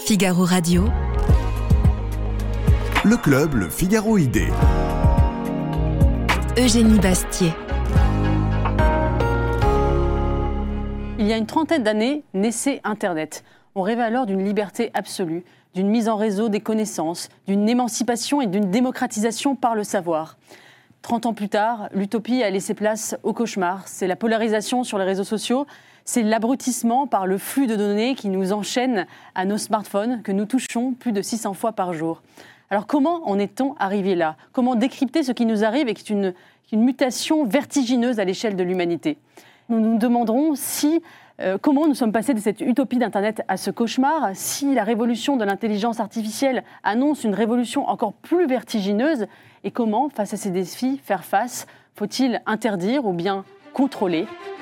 Figaro Radio. Le club, le Figaro Idée. Eugénie Bastier. Il y a une trentaine d'années, naissait Internet. On rêvait alors d'une liberté absolue, d'une mise en réseau des connaissances, d'une émancipation et d'une démocratisation par le savoir. 30 ans plus tard, l'utopie a laissé place au cauchemar. C'est la polarisation sur les réseaux sociaux, c'est l'abrutissement par le flux de données qui nous enchaîne à nos smartphones que nous touchons plus de 600 fois par jour. Alors comment en est-on arrivé là ? Comment décrypter ce qui nous arrive et qui est une mutation vertigineuse à l'échelle de l'humanité ? Nous nous demanderons comment nous sommes passés de cette utopie d'Internet à ce cauchemar, si la révolution de l'intelligence artificielle annonce une révolution encore plus vertigineuse, et comment, face à ces défis, faire face ? Faut-il interdire ou bien contrôler ?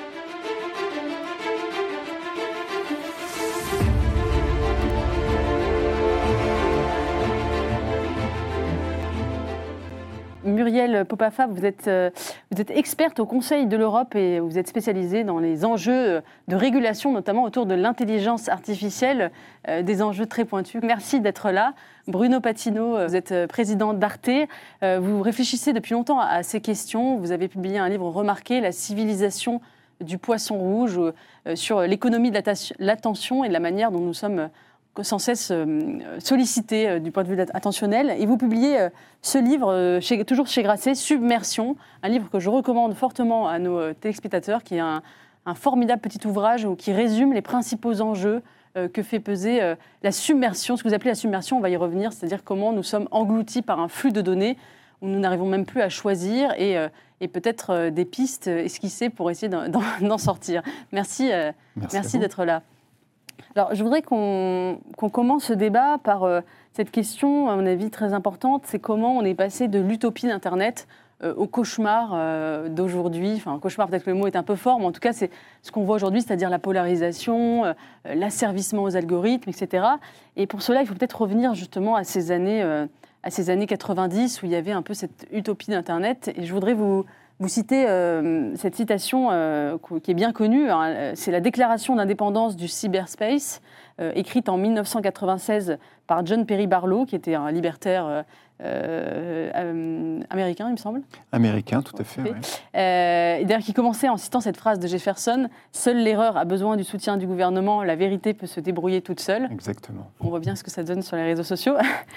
Muriel Popafa, vous êtes experte au Conseil de l'Europe et vous êtes spécialisée dans les enjeux de régulation, notamment autour de l'intelligence artificielle, des enjeux très pointus. Merci d'être là. Bruno Patino, vous êtes président d'Arte. Vous réfléchissez depuis longtemps à ces questions. Vous avez publié un livre remarqué, La civilisation du poisson rouge, sur l'économie de l'attention et de la manière dont nous sommes sans cesse sollicité du point de vue attentionnel. Et vous publiez ce livre, toujours chez Grasset, Submersion, un livre que je recommande fortement à nos téléspectateurs, qui est un formidable petit ouvrage qui résume les principaux enjeux que fait peser la submersion. Ce que vous appelez la submersion, on va y revenir, c'est-à-dire comment nous sommes engloutis par un flux de données où nous n'arrivons même plus à choisir et peut-être des pistes esquissées pour essayer d'en sortir. Merci d'être là. Alors, je voudrais qu'on commence ce débat par cette question, à mon avis, très importante. C'est comment on est passé de l'utopie d'Internet au cauchemar d'aujourd'hui. Enfin, cauchemar, peut-être que le mot est un peu fort, mais en tout cas, c'est ce qu'on voit aujourd'hui, c'est-à-dire la polarisation, l'asservissement aux algorithmes, etc. Et pour cela, il faut peut-être revenir justement à ces années 90 où il y avait un peu cette utopie d'Internet. Et je voudrais vous citez cette citation qui est bien connue, hein, c'est la déclaration d'indépendance du cyberspace, écrite en 1996 par John Perry Barlow, qui était un libertaire américain, il me semble. Américain, tout à fait. Oui. Et d'ailleurs, qui commençait en citant cette phrase de Jefferson, « Seule l'erreur a besoin du soutien du gouvernement, la vérité peut se débrouiller toute seule ». Exactement. On voit bien ce que ça donne sur les réseaux sociaux.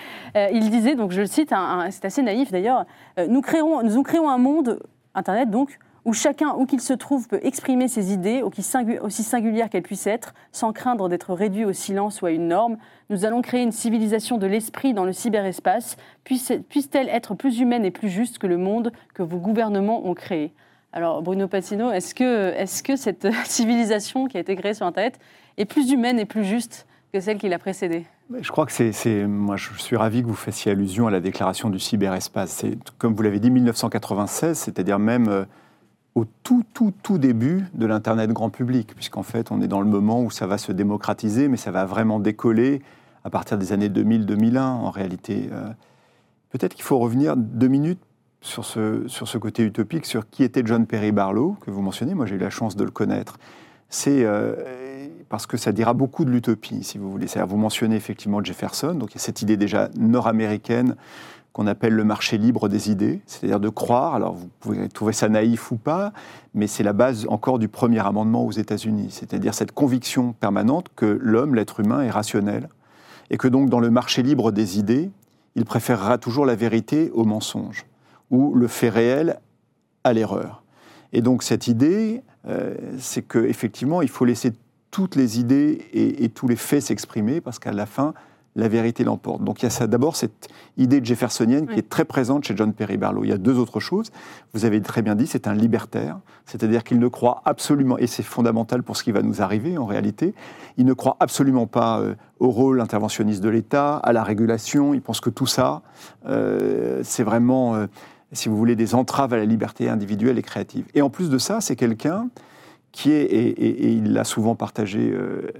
Il disait, donc je le cite, c'est assez naïf d'ailleurs, « Nous créons un monde... Internet, donc, où chacun, où qu'il se trouve, peut exprimer ses idées, aussi singulières qu'elles puissent être, sans craindre d'être réduit au silence ou à une norme. Nous allons créer une civilisation de l'esprit dans le cyberespace. Puisse-t-elle être plus humaine et plus juste que le monde que vos gouvernements ont créé ?» Alors, Bruno Patino, est-ce que cette civilisation qui a été créée sur Internet est plus humaine et plus juste que celle qui l'a précédée ? Je crois que moi, je suis ravi que vous fassiez allusion à la déclaration du cyberespace. C'est, comme vous l'avez dit, 1996, c'est-à-dire même au tout début de l'Internet grand public, puisqu'en fait, on est dans le moment où ça va se démocratiser, mais ça va vraiment décoller à partir des années 2000-2001, en réalité. Peut-être qu'il faut revenir 2 minutes sur ce côté utopique, sur qui était John Perry Barlow, que vous mentionnez. Moi, j'ai eu la chance de le connaître. C'est... parce que ça dira beaucoup de l'utopie, si vous voulez. C'est-à-dire, vous mentionnez effectivement Jefferson, donc il y a cette idée déjà nord-américaine qu'on appelle le marché libre des idées, c'est-à-dire de croire, alors vous pouvez trouver ça naïf ou pas, mais c'est la base encore du premier amendement aux États-Unis, c'est-à-dire cette conviction permanente que l'homme, l'être humain, est rationnel, et que donc dans le marché libre des idées, il préférera toujours la vérité au mensonge, ou le fait réel à l'erreur. Et donc cette idée, c'est qu'effectivement, il faut laisser toutes les idées et tous les faits s'exprimer, parce qu'à la fin, la vérité l'emporte. Donc il y a d'abord cette idée jeffersonienne qui est très présente chez John Perry Barlow. Il y a 2 autres choses. Vous avez très bien dit, c'est un libertaire, c'est-à-dire qu'il ne croit absolument, et c'est fondamental pour ce qui va nous arriver en réalité, il ne croit absolument pas au rôle interventionniste de l'État, à la régulation. Il pense que tout ça, c'est vraiment, si vous voulez, des entraves à la liberté individuelle et créative. Et en plus de ça, c'est quelqu'un qui est, et il l'a souvent partagé,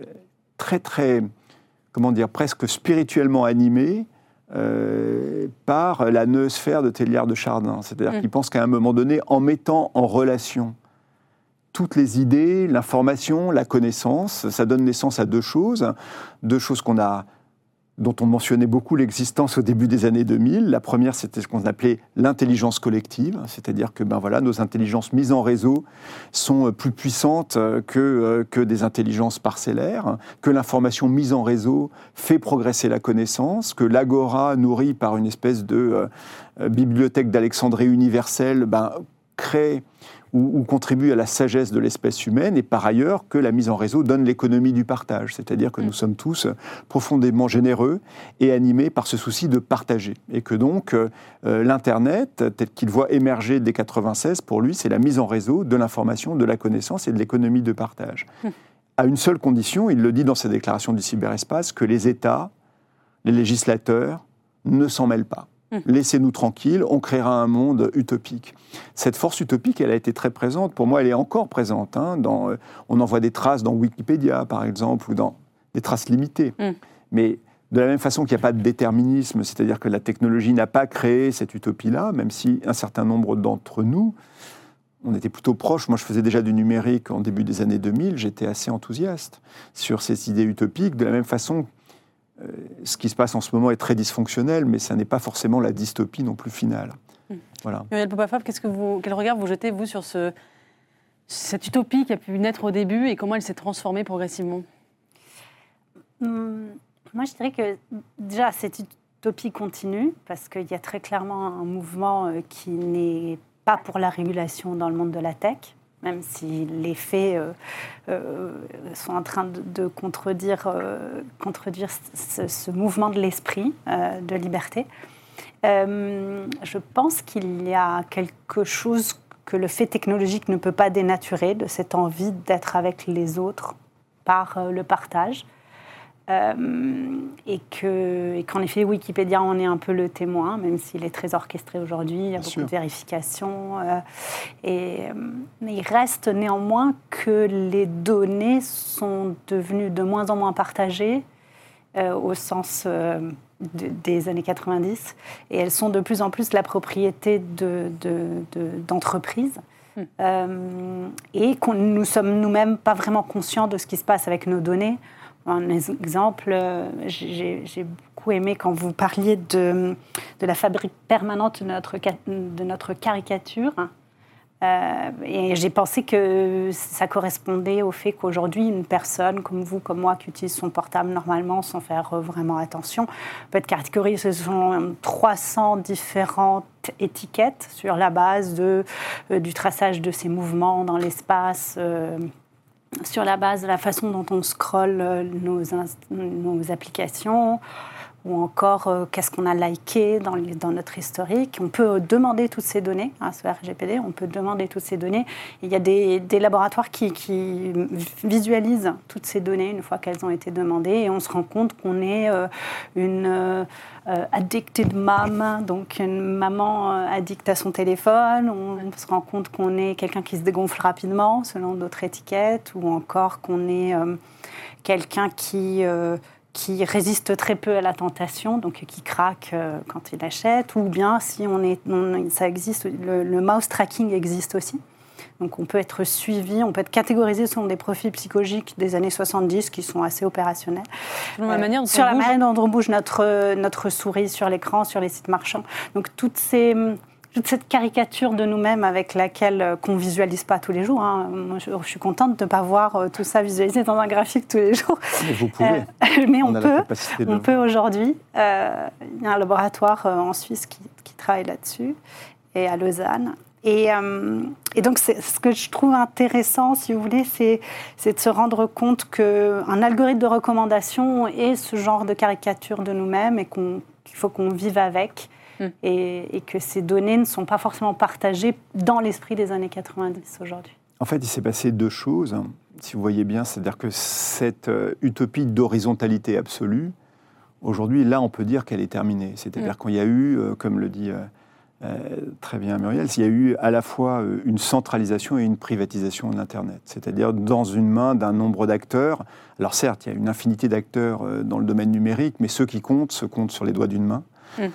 très, comment dire, presque spirituellement animé par la noosphère de Teilhard de Chardin. C'est-à-dire qu'il pense qu'à un moment donné, en mettant en relation toutes les idées, l'information, la connaissance, ça donne naissance à 2 choses qu'on a dont on mentionnait beaucoup l'existence au début des années 2000. La première, c'était ce qu'on appelait l'intelligence collective, c'est-à-dire que nos intelligences mises en réseau sont plus puissantes que des intelligences parcellaires, que l'information mise en réseau fait progresser la connaissance, que l'agora, nourrie par une espèce de bibliothèque d'Alexandrie universelle, crée ou contribue à la sagesse de l'espèce humaine, et par ailleurs que la mise en réseau donne l'économie du partage, c'est-à-dire que nous sommes tous profondément généreux et animés par ce souci de partager, et que donc l'Internet, tel qu'il voit émerger dès 1996, pour lui, c'est la mise en réseau de l'information, de la connaissance et de l'économie de partage. À une seule condition, il le dit dans sa déclaration du cyberespace, que les États, les législateurs ne s'en mêlent pas. Laissez-nous tranquilles, on créera un monde utopique. Cette force utopique, elle a été très présente. Pour moi, elle est encore présente. On en voit des traces dans Wikipédia, par exemple, ou dans des traces limitées. Mais de la même façon qu'il n'y a pas de déterminisme, c'est-à-dire que la technologie n'a pas créé cette utopie-là, même si un certain nombre d'entre nous, on était plutôt proches. Moi, je faisais déjà du numérique en début des années 2000, j'étais assez enthousiaste sur ces idées utopiques. De la même façon, ce qui se passe en ce moment est très dysfonctionnel, mais ça n'est pas forcément la dystopie non plus finale. Voilà. Muriel Popa-Fab, quel regard vous jetez, vous, sur cette utopie qui a pu naître au début et comment elle s'est transformée progressivement ? Moi, je dirais que déjà, cette utopie continue, parce qu'il y a très clairement un mouvement qui n'est pas pour la régulation dans le monde de la tech, même si les faits sont en train de contredire ce mouvement de l'esprit de liberté. Je pense qu'il y a quelque chose que le fait technologique ne peut pas dénaturer, de cette envie d'être avec les autres par le partage. Et qu'en effet, Wikipédia en est un peu le témoin, même s'il est très orchestré aujourd'hui, il y a beaucoup de vérifications. Mais il reste néanmoins que les données sont devenues de moins en moins partagées au sens des années 90, et elles sont de plus en plus la propriété d'entreprises. Et que nous sommes nous-mêmes pas vraiment conscients de ce qui se passe avec nos données. Un exemple, j'ai beaucoup aimé quand vous parliez de la fabrique permanente de notre caricature. Et j'ai pensé que ça correspondait au fait qu'aujourd'hui, une personne comme vous, comme moi, qui utilise son portable normalement sans faire vraiment attention, peut être catégorisée. Ce sont 300 différentes étiquettes sur la base du traçage de ses mouvements dans l'espace, sur la base de la façon dont on scrolle nos applications, ou encore qu'est-ce qu'on a liké dans notre historique. On peut demander toutes ces données, ce RGPD, on peut demander toutes ces données. Il y a des laboratoires qui visualisent toutes ces données une fois qu'elles ont été demandées, et on se rend compte qu'on est une addicted mom, donc une maman addict à son téléphone. On se rend compte qu'on est quelqu'un qui se dégonfle rapidement selon d'autres étiquettes, ou encore qu'on est quelqu'un qui résiste très peu à la tentation, donc qui craque quand il achète, ou bien si ça existe, le mouse tracking existe aussi. Donc on peut être suivi, on peut être catégorisé selon des profils psychologiques des années 70 qui sont assez opérationnels. Sur la manière dont on bouge notre souris sur l'écran, sur les sites marchands. Donc toute cette caricature de nous-mêmes avec laquelle qu'on ne visualise pas tous les jours. Moi, je suis contente de ne pas voir tout ça visualisé dans un graphique tous les jours. Mais vous pouvez. Mais on peut aujourd'hui. Il y a un laboratoire en Suisse qui travaille là-dessus, et à Lausanne. Et donc, ce que je trouve intéressant, si vous voulez, c'est de se rendre compte qu'un algorithme de recommandation est ce genre de caricature de nous-mêmes, et qu'il faut qu'on vive avec. Et que ces données ne sont pas forcément partagées dans l'esprit des années 90 aujourd'hui. En fait, il s'est passé deux choses, si vous voyez bien. C'est-à-dire que cette utopie d'horizontalité absolue, aujourd'hui, là, on peut dire qu'elle est terminée. C'est-à-dire qu'il y a eu, comme le dit très bien Muriel, il y a eu à la fois une centralisation et une privatisation de l'Internet. C'est-à-dire dans une main d'un nombre d'acteurs. Alors certes, il y a une infinité d'acteurs dans le domaine numérique, mais ceux qui comptent se comptent sur les doigts d'une main.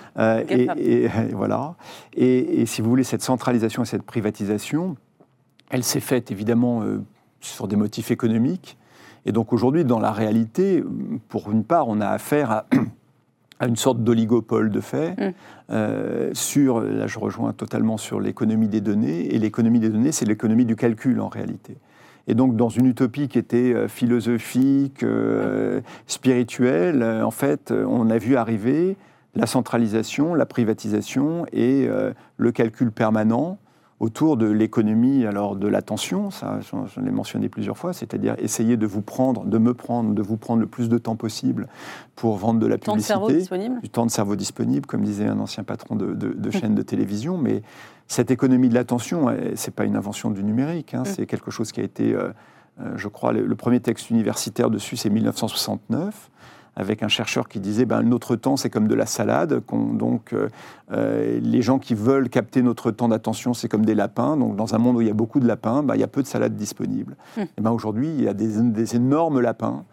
Et voilà. Et si vous voulez, cette centralisation et cette privatisation, elle s'est faite évidemment sur des motifs économiques. Et donc aujourd'hui, dans la réalité, pour une part, on a affaire à une sorte d'oligopole de fait. Là je rejoins totalement sur l'économie des données, et l'économie des données, c'est l'économie du calcul en réalité. Et donc, dans une utopie qui était philosophique, spirituelle, en fait, on a vu arriver la centralisation, la privatisation et le calcul permanent autour de l'économie, alors de l'attention, ça, je l'ai mentionné plusieurs fois, c'est-à-dire essayer de vous prendre le plus de temps possible pour vendre de la publicité, du temps de cerveau disponible, comme disait un ancien patron de chaîne de télévision. Mais cette économie de l'attention, c'est pas une invention du numérique, c'est quelque chose qui a été, je crois, le premier texte universitaire dessus, c'est 1969. Avec un chercheur qui disait notre temps, c'est comme de la salade. Donc, les gens qui veulent capter notre temps d'attention, c'est comme des lapins. Donc, dans un monde où il y a beaucoup de lapins, il y a peu de salade disponible. Et aujourd'hui, il y a des énormes lapins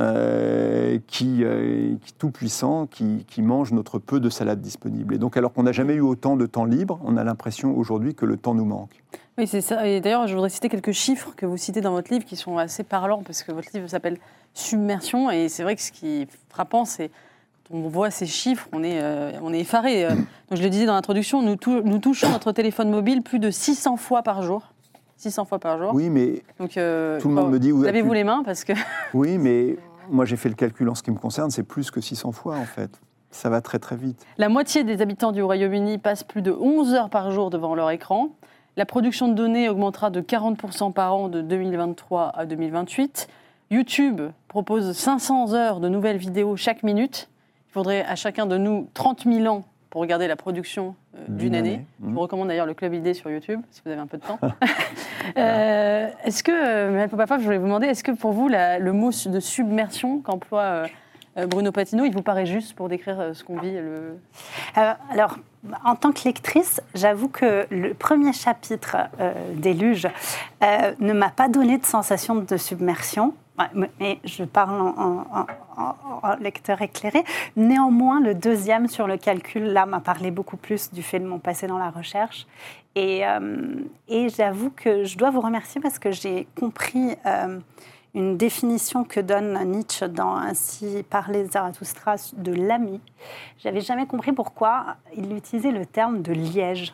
qui tout puissants, qui mangent notre peu de salade disponible. Et donc, alors qu'on n'a jamais eu autant de temps libre, on a l'impression aujourd'hui que le temps nous manque. Oui, c'est ça. Et d'ailleurs, je voudrais citer quelques chiffres que vous citez dans votre livre qui sont assez parlants, parce que votre livre s'appelle Submersion. Et c'est vrai que ce qui est frappant, c'est quand on voit ces chiffres, on est effaré. Donc, je le disais dans l'introduction, nous touchons notre téléphone mobile plus de 600 fois par jour. 600 fois par jour. Oui, mais donc, tout le monde me dit... Lavez-vous les mains parce que... Oui, mais moi j'ai fait le calcul en ce qui me concerne, c'est plus que 600 fois en fait. Ça va très très vite. La moitié des habitants du Royaume-Uni passent plus de 11 heures par jour devant leur écran. La production de données augmentera de 40% par an de 2023 à 2028. YouTube propose 500 heures de nouvelles vidéos chaque minute. Il faudrait à chacun de nous 30 000 ans pour regarder la production d'une année. Je vous recommande d'ailleurs le Club ID sur YouTube, si vous avez un peu de temps. Est-ce que, Mme Popafaf, je voulais vous demander, est-ce que pour vous, le mot de submersion qu'emploie Bruno Patino, il vous paraît juste pour décrire ce qu'on vit Alors, en tant que lectrice, j'avoue que le premier chapitre d'Éluge ne m'a pas donné de sensation de submersion. Mais je parle en lecteur éclairé. Néanmoins, le deuxième sur le calcul, là, m'a parlé beaucoup plus du fait de mon passé dans la recherche. Et j'avoue que je dois vous remercier parce que j'ai compris une définition que donne Nietzsche dans Ainsi parlait Zarathustra de l'ami. Je n'avais jamais compris pourquoi il utilisait le terme de liège.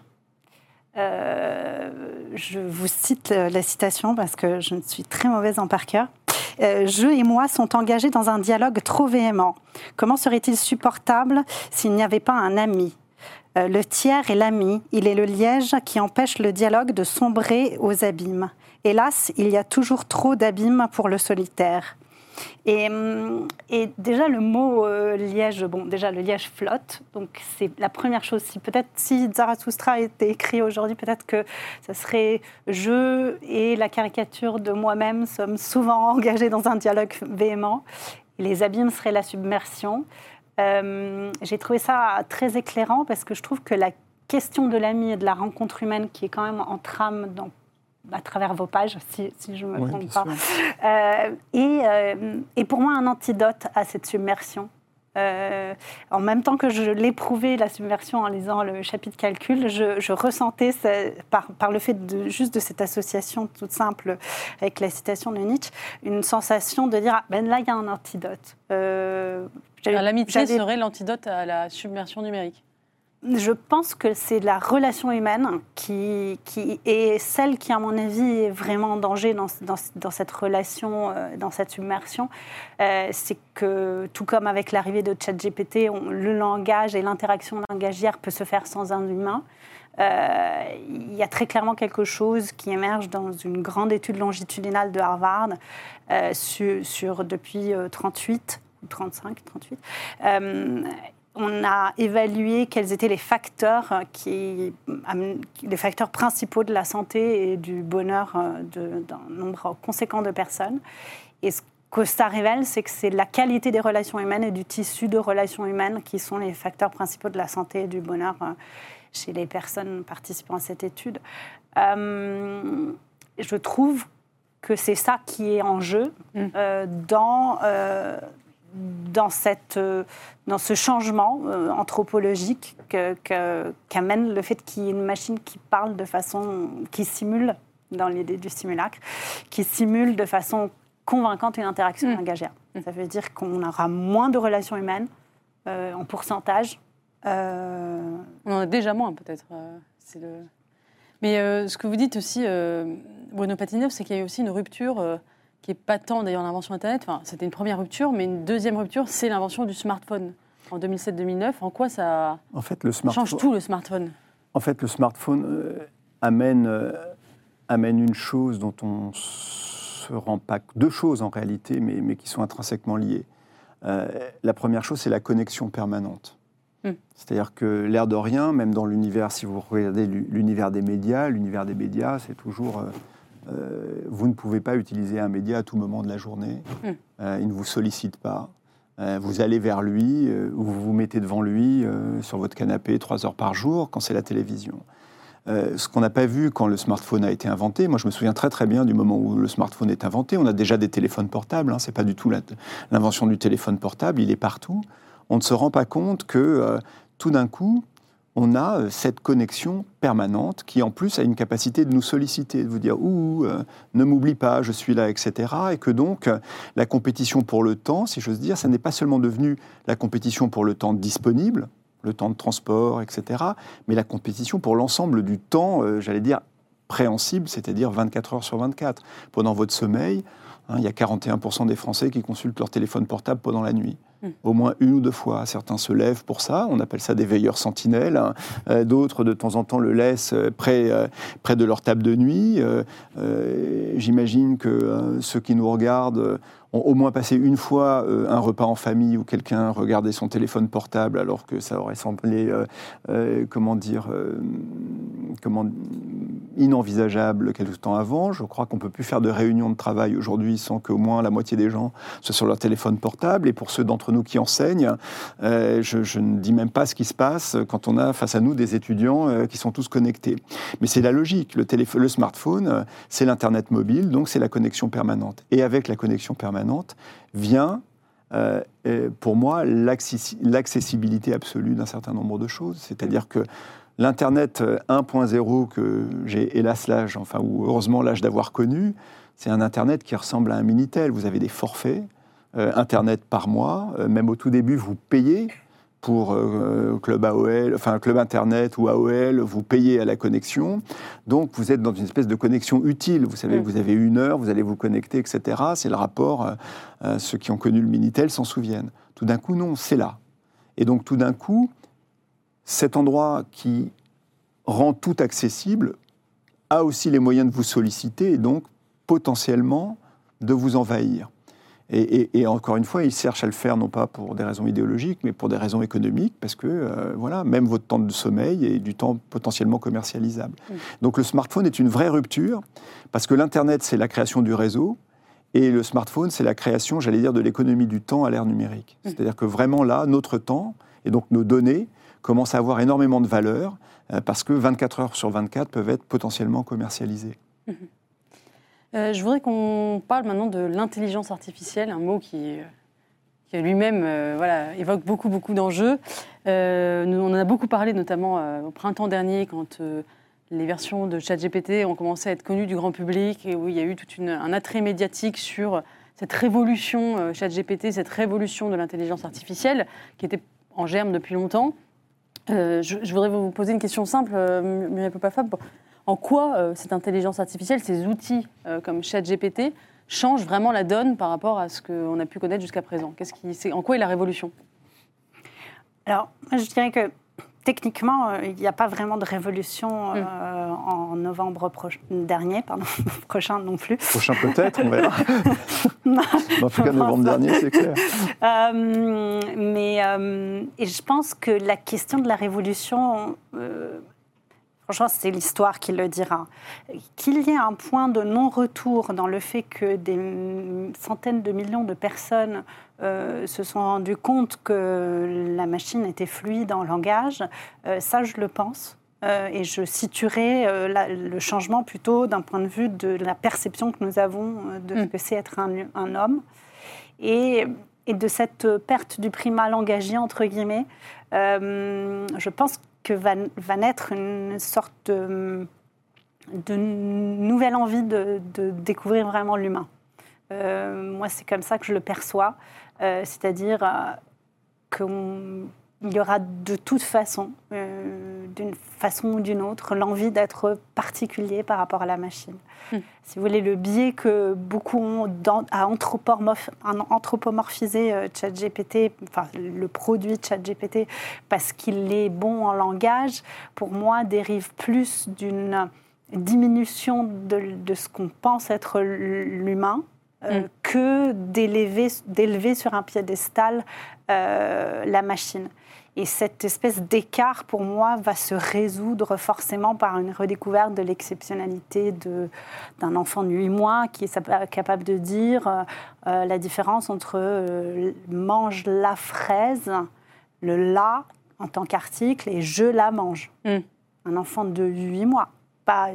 Je vous cite la citation parce que je suis très mauvaise en par cœur. Je et moi sont engagés dans un dialogue trop véhément. Comment serait-il supportable s'il n'y avait pas un ami ? Le tiers est l'ami, il est le liège qui empêche le dialogue de sombrer aux abîmes. Hélas, il y a toujours trop d'abîmes pour le solitaire. Et déjà le mot liège, déjà le liège flotte, donc c'est la première chose. Si Zarathustra était écrit aujourd'hui, peut-être que ça serait je et la caricature de moi-même sommes souvent engagés dans un dialogue véhément. Et les abîmes seraient la submersion. J'ai trouvé ça très éclairant parce que je trouve que la question de l'ami et de la rencontre humaine qui est quand même en trame à travers vos pages, si je ne me trompe pas. Et pour moi, un antidote à cette submersion. En même temps que je l'éprouvais, la submersion, en lisant le chapitre calcul, je ressentais, par le fait juste de cette association toute simple avec la citation de Nietzsche, une sensation de dire, là, il y a un antidote. L'amitié serait l'antidote à la submersion numérique. Je pense que c'est la relation humaine qui est celle qui, à mon avis, est vraiment en danger dans cette relation, dans cette submersion. C'est que, tout comme avec l'arrivée de ChatGPT, le langage et l'interaction langagière peut se faire sans un humain. Il y a très clairement quelque chose qui émerge dans une grande étude longitudinale de Harvard depuis 38 ou 35, 38. On a évalué quels étaient les facteurs principaux de la santé et du bonheur d'un nombre conséquent de personnes. Et ce que ça révèle, c'est que c'est la qualité des relations humaines et du tissu de relations humaines qui sont les facteurs principaux de la santé et du bonheur chez les personnes participant à cette étude. Je trouve que c'est ça qui est en jeu dans ce changement anthropologique qu'amène le fait qu'il y ait une machine qui parle qui simule, dans l'idée du simulacre, qui simule de façon convaincante une interaction langagière. Ça veut dire qu'on aura moins de relations humaines, en pourcentage. On en a déjà moins, peut-être. Mais ce que vous dites aussi, Bruno Patino, c'est qu'il y a eu aussi une rupture qui n'est pas tant d'ailleurs l'invention Internet. Enfin, c'était une première rupture, mais une deuxième rupture, c'est l'invention du smartphone en 2007-2009. En quoi ça change tout, le smartphone ? En fait, le smartphone amène une chose dont on se rend pas... Deux choses en réalité, mais qui sont intrinsèquement liées. La première chose, c'est la connexion permanente. C'est-à-dire que l'air de rien, même dans l'univers, si vous regardez l'univers des médias, c'est toujours... vous ne pouvez pas utiliser un média à tout moment de la journée. Il ne vous sollicite pas. Vous allez vers lui, ou vous vous mettez devant lui sur votre canapé 3 heures par jour, quand c'est la télévision. Ce qu'on n'a pas vu quand le smartphone a été inventé, moi je me souviens très très bien du moment où le smartphone est inventé, on a déjà des téléphones portables, c'est pas du tout l'invention du téléphone portable, il est partout. On ne se rend pas compte que tout d'un coup, on a cette connexion permanente qui, en plus, a une capacité de nous solliciter, de vous dire « ne m'oublie pas, je suis là, etc. » Et que donc, la compétition pour le temps, si j'ose dire, ça n'est pas seulement devenu la compétition pour le temps disponible, le temps de transport, etc., mais la compétition pour l'ensemble du temps, j'allais dire, préhensible, c'est-à-dire 24 heures sur 24. Pendant votre sommeil, il y a 41% des Français qui consultent leur téléphone portable pendant la nuit. Au moins 1 ou 2 fois. Certains se lèvent pour ça, on appelle ça des veilleurs sentinelles. D'autres, de temps en temps, le laissent près de leur table de nuit. J'imagine que ceux qui nous regardent ont au moins passé une fois un repas en famille où quelqu'un regardait son téléphone portable alors que ça aurait semblé, inenvisageable quelque temps avant. Je crois qu'on ne peut plus faire de réunion de travail aujourd'hui sans qu'au moins la moitié des gens soient sur leur téléphone portable. Et pour ceux d'entre nous qui enseignent, je ne dis même pas ce qui se passe quand on a face à nous des étudiants qui sont tous connectés. Mais c'est la logique. Le smartphone, c'est l'Internet mobile, donc c'est la connexion permanente. Et avec la connexion permanente vient, pour moi, l'accessibilité absolue d'un certain nombre de choses. C'est-à-dire que l'Internet 1.0 que j'ai, hélas, ou heureusement l'âge d'avoir connu, c'est un Internet qui ressemble à un Minitel. Vous avez des forfaits Internet par mois. Même au tout début, vous payez pour Club Internet ou AOL, vous payez à la connexion. Donc, vous êtes dans une espèce de connexion utile. Vous savez, vous avez 1 heure, vous allez vous connecter, etc. C'est le rapport, ceux qui ont connu le Minitel s'en souviennent. Tout d'un coup, non, c'est là. Et donc, tout d'un coup, cet endroit qui rend tout accessible a aussi les moyens de vous solliciter et donc, potentiellement, de vous envahir. Et encore une fois, ils cherchent à le faire non pas pour des raisons idéologiques, mais pour des raisons économiques, parce que même votre temps de sommeil est du temps potentiellement commercialisable. Donc le smartphone est une vraie rupture, parce que l'Internet, c'est la création du réseau, et le smartphone, c'est la création, j'allais dire, de l'économie du temps à l'ère numérique. C'est-à-dire que vraiment là, notre temps, et donc nos données, commencent à avoir énormément de valeur, parce que 24 heures sur 24 peuvent être potentiellement commercialisées. Je voudrais qu'on parle maintenant de l'intelligence artificielle, un mot qui lui-même évoque beaucoup d'enjeux. On en a beaucoup parlé, notamment au printemps dernier, quand les versions de ChatGPT ont commencé à être connues du grand public, et où il y a eu tout un attrait médiatique sur cette révolution ChatGPT, cette révolution de l'intelligence artificielle, qui était en germe depuis longtemps. Je voudrais vous poser une question simple, Muriel Popafab. En quoi cette intelligence artificielle, ces outils comme ChatGPT, changent vraiment la donne par rapport à ce qu'on a pu connaître jusqu'à présent ? En quoi est la révolution ? Alors, moi, je dirais que techniquement, il n'y a pas vraiment de révolution en novembre prochain non plus. Prochain peut-être, on verra. En tout cas, novembre dernier, c'est clair. Et je pense que la question de la révolution... franchement, c'est l'histoire qui le dira. Qu'il y ait un point de non-retour dans le fait que des centaines de millions de personnes se sont rendues compte que la machine était fluide en langage, ça, je le pense. Et je situerai le changement plutôt d'un point de vue de la perception que nous avons de ce que c'est être un homme. Et de cette perte du primat langagier, entre guillemets, je pense que va naître une sorte de nouvelle envie de découvrir vraiment l'humain. Moi, c'est comme ça que je le perçois. C'est-à-dire, qu'il y aura de toute façon, d'une façon ou d'une autre, l'envie d'être particulier par rapport à la machine. Si vous voulez, le biais que beaucoup ont à anthropomorphiser ChatGPT, enfin le produit ChatGPT, parce qu'il est bon en langage, pour moi, dérive plus d'une diminution de ce qu'on pense être l'humain, que d'élever sur un piédestal la machine. Et cette espèce d'écart, pour moi, va se résoudre forcément par une redécouverte de l'exceptionnalité d'un enfant de 8 mois qui est capable de dire la différence entre mange la fraise, le la en tant qu'article, et je la mange. Un enfant de 8 mois. Pas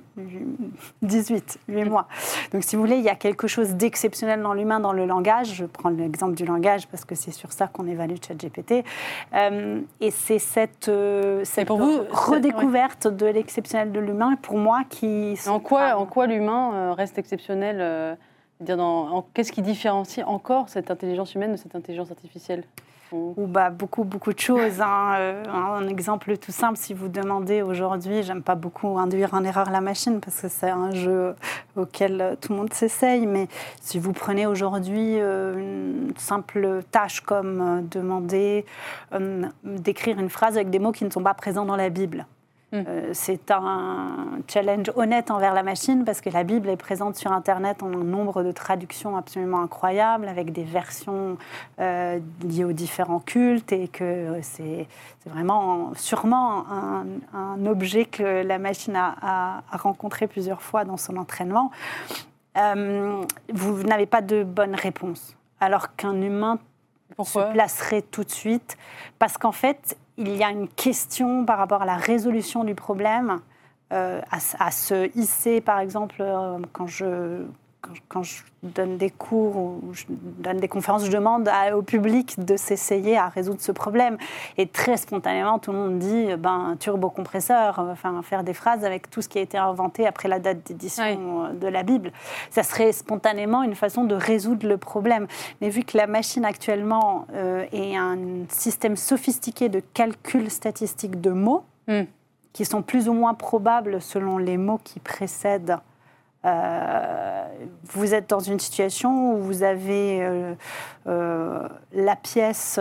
8 mois. Donc, si vous voulez, il y a quelque chose d'exceptionnel dans l'humain, dans le langage. Je prends l'exemple du langage parce que c'est sur ça qu'on évalue ChatGPT. Et c'est cette redécouverte de l'exceptionnel de l'humain, pour moi, qui... En quoi l'humain reste exceptionnel qu'est-ce qui différencie encore cette intelligence humaine de cette intelligence artificielle ? Beaucoup de choses. Un exemple tout simple, si vous demandez aujourd'hui, j'aime pas beaucoup induire en erreur la machine parce que c'est un jeu auquel tout le monde s'essaye, mais si vous prenez aujourd'hui une simple tâche comme demander d'écrire une phrase avec des mots qui ne sont pas présents dans la Bible. C'est un challenge honnête envers la machine parce que la Bible est présente sur Internet en un nombre de traductions absolument incroyable avec des versions liées aux différents cultes et que c'est vraiment sûrement un objet que la machine a rencontré plusieurs fois dans son entraînement. Vous n'avez pas de bonne réponse alors qu'un humain se placerait tout de suite parce qu'en fait, il y a une question par rapport à la résolution du problème, à se hisser, par exemple, quand je donne des cours ou je donne des conférences, je demande au public de s'essayer à résoudre ce problème. Et très spontanément, tout le monde dit turbocompresseur, enfin, faire des phrases avec tout ce qui a été inventé après la date d'édition de la Bible. Ça serait spontanément une façon de résoudre le problème. Mais vu que la machine actuellement est un système sophistiqué de calcul statistique de mots, qui sont plus ou moins probables selon les mots qui précèdent, vous êtes dans une situation où vous avez la pièce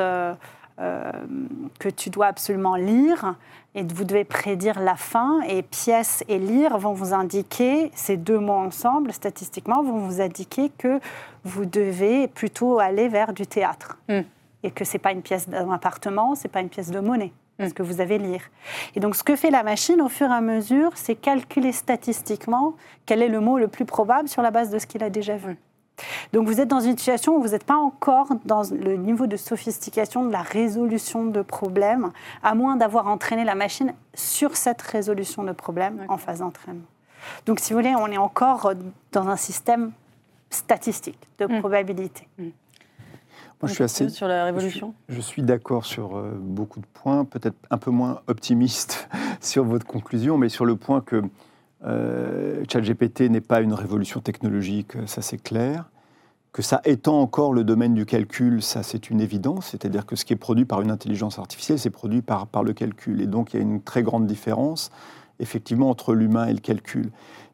que tu dois absolument lire et vous devez prédire la fin, et pièce et lire vont vous indiquer, ces deux mots ensemble, statistiquement, vont vous indiquer que vous devez plutôt aller vers du théâtre et que ce n'est pas une pièce d'un appartement, ce n'est pas une pièce de monnaie. Parce que vous avez lire. Et donc, ce que fait la machine, au fur et à mesure, c'est calculer statistiquement quel est le mot le plus probable sur la base de ce qu'il a déjà vu. Donc, vous êtes dans une situation où vous n'êtes pas encore dans le niveau de sophistication de la résolution de problèmes, à moins d'avoir entraîné la machine sur cette résolution de problèmes en phase d'entraînement. Donc, si vous voulez, on est encore dans un système statistique de probabilité. Moi, je suis assez sur la révolution. Je suis d'accord sur beaucoup de points, peut-être un peu moins optimiste sur votre conclusion, mais sur le point que ChatGPT n'est pas une révolution technologique, ça c'est clair. Que ça étend encore le domaine du calcul, ça c'est une évidence. C'est-à-dire que ce qui est produit par une intelligence artificielle, c'est produit par le calcul. Et donc il y a une très grande différence, effectivement, entre l'humain et le calcul.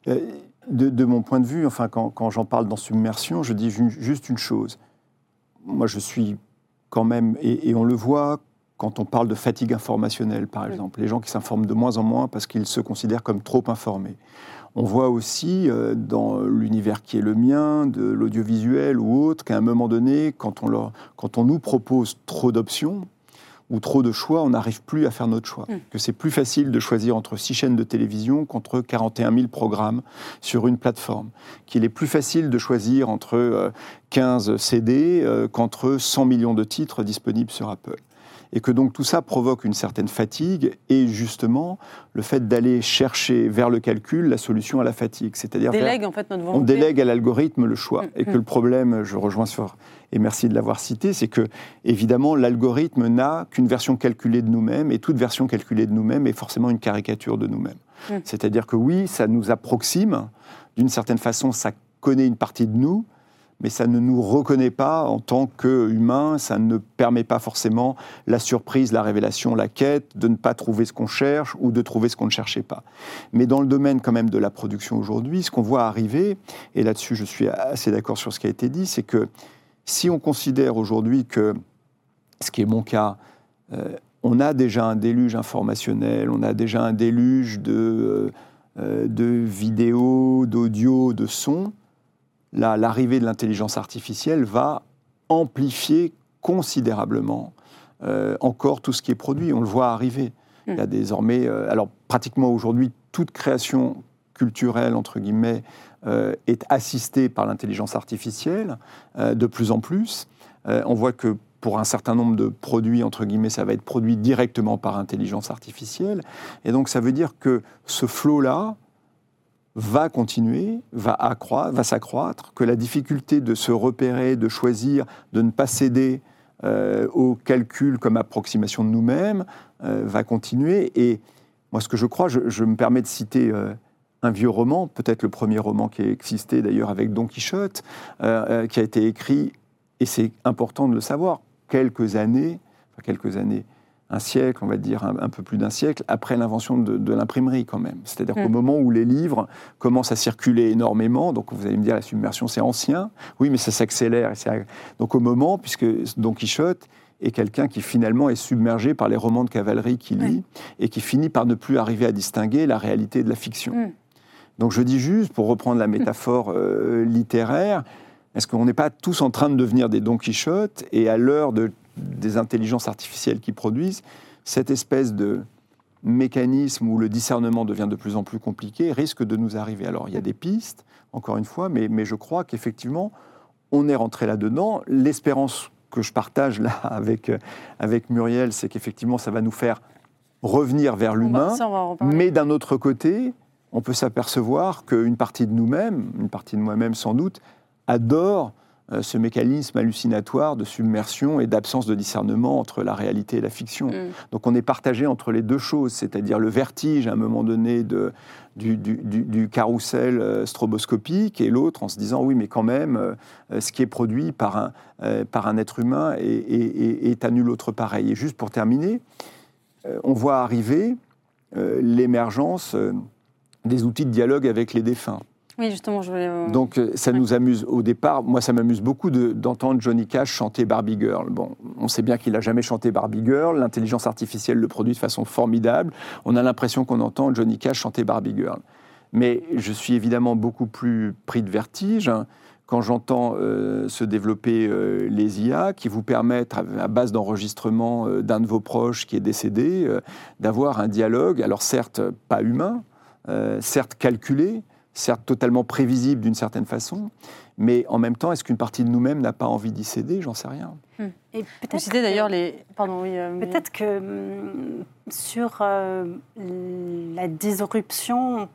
De mon point de vue, enfin, quand j'en parle dans Submersion, je dis juste une chose. Moi, je suis quand même, et on le voit quand on parle de fatigue informationnelle, par exemple, les gens qui s'informent de moins en moins parce qu'ils se considèrent comme trop informés. On voit aussi dans l'univers qui est le mien, de l'audiovisuel ou autre, qu'à un moment donné, quand on nous propose trop d'options ou trop de choix, on n'arrive plus à faire notre choix. Que c'est plus facile de choisir entre 6 chaînes de télévision qu'entre 41 000 programmes sur une plateforme. Qu'il est plus facile de choisir entre 15 CD qu'entre 100 millions de titres disponibles sur Apple. Et que donc tout ça provoque une certaine fatigue et justement le fait d'aller chercher vers le calcul la solution à la fatigue. C'est-à-dire on délègue à l'algorithme le choix. Et que le problème, je rejoins sur, et merci de l'avoir cité, c'est que évidemment l'algorithme n'a qu'une version calculée de nous-mêmes et toute version calculée de nous-mêmes est forcément une caricature de nous-mêmes. C'est-à-dire que oui, ça nous approxime, d'une certaine façon ça connaît une partie de nous, mais ça ne nous reconnaît pas en tant qu'humains, ça ne permet pas forcément la surprise, la révélation, la quête, de ne pas trouver ce qu'on cherche ou de trouver ce qu'on ne cherchait pas. Mais dans le domaine quand même de la production aujourd'hui, ce qu'on voit arriver, et là-dessus je suis assez d'accord sur ce qui a été dit, c'est que si on considère aujourd'hui que, ce qui est mon cas, on a déjà un déluge informationnel, on a déjà un déluge de vidéos, d'audio, de sons, l'arrivée de l'intelligence artificielle va amplifier considérablement encore tout ce qui est produit. On le voit arriver. Il y a désormais, alors pratiquement aujourd'hui, toute création culturelle, entre guillemets, est assistée par l'intelligence artificielle de plus en plus. On voit que pour un certain nombre de produits, entre guillemets, ça va être produit directement par intelligence artificielle. Et donc, ça veut dire que ce flot-là va continuer, va s'accroître, que la difficulté de se repérer, de choisir, de ne pas céder au calcul comme approximation de nous-mêmes, va continuer. Et moi, ce que je crois, je me permets de citer un vieux roman, peut-être le premier roman qui a existé d'ailleurs avec Don Quichotte, qui a été écrit, et c'est important de le savoir, quelques années, un siècle, on va dire un peu plus d'un siècle, après l'invention de l'imprimerie quand même. C'est-à-dire qu'au moment où les livres commencent à circuler énormément, donc vous allez me dire la submersion c'est ancien, oui mais ça s'accélère. Donc au moment, puisque Don Quichotte est quelqu'un qui finalement est submergé par les romans de cavalerie qu'il lit, et qui finit par ne plus arriver à distinguer la réalité de la fiction. Donc je dis juste, pour reprendre la métaphore littéraire, est-ce qu'on n'est pas tous en train de devenir des Don Quichotte, et à l'heure des intelligences artificielles qui produisent, cette espèce de mécanisme où le discernement devient de plus en plus compliqué risque de nous arriver. Alors il y a des pistes, encore une fois, mais je crois qu'effectivement, on est rentré là-dedans. L'espérance que je partage là avec Muriel, c'est qu'effectivement, ça va nous faire revenir vers l'humain, mais d'un autre côté, on peut s'apercevoir qu'une partie de nous-mêmes, une partie de moi-même sans doute, adore ce mécanisme hallucinatoire de submersion et d'absence de discernement entre la réalité et la fiction. Donc on est partagé entre les deux choses, c'est-à-dire le vertige à un moment donné du carrousel stroboscopique, et l'autre en se disant oui mais quand même ce qui est produit par un être humain est à nul autre pareil. Et juste pour terminer, on voit arriver l'émergence des outils de dialogue avec les défunts. Oui, justement, je voulais... Donc, ça nous amuse au départ. Moi, ça m'amuse beaucoup d'entendre Johnny Cash chanter Barbie Girl. Bon, on sait bien qu'il n'a jamais chanté Barbie Girl. L'intelligence artificielle le produit de façon formidable. On a l'impression qu'on entend Johnny Cash chanter Barbie Girl. Mais je suis évidemment beaucoup plus pris de vertige quand j'entends se développer les IA qui vous permettent, à base d'enregistrement d'un de vos proches qui est décédé, d'avoir un dialogue, alors certes pas humain, certes calculé, certes totalement prévisible d'une certaine façon, mais en même temps, est-ce qu'une partie de nous-mêmes n'a pas envie d'y céder ? J'en sais rien. Et peut-être d'ailleurs les... Pardon, oui. Peut-être que sur la disruption,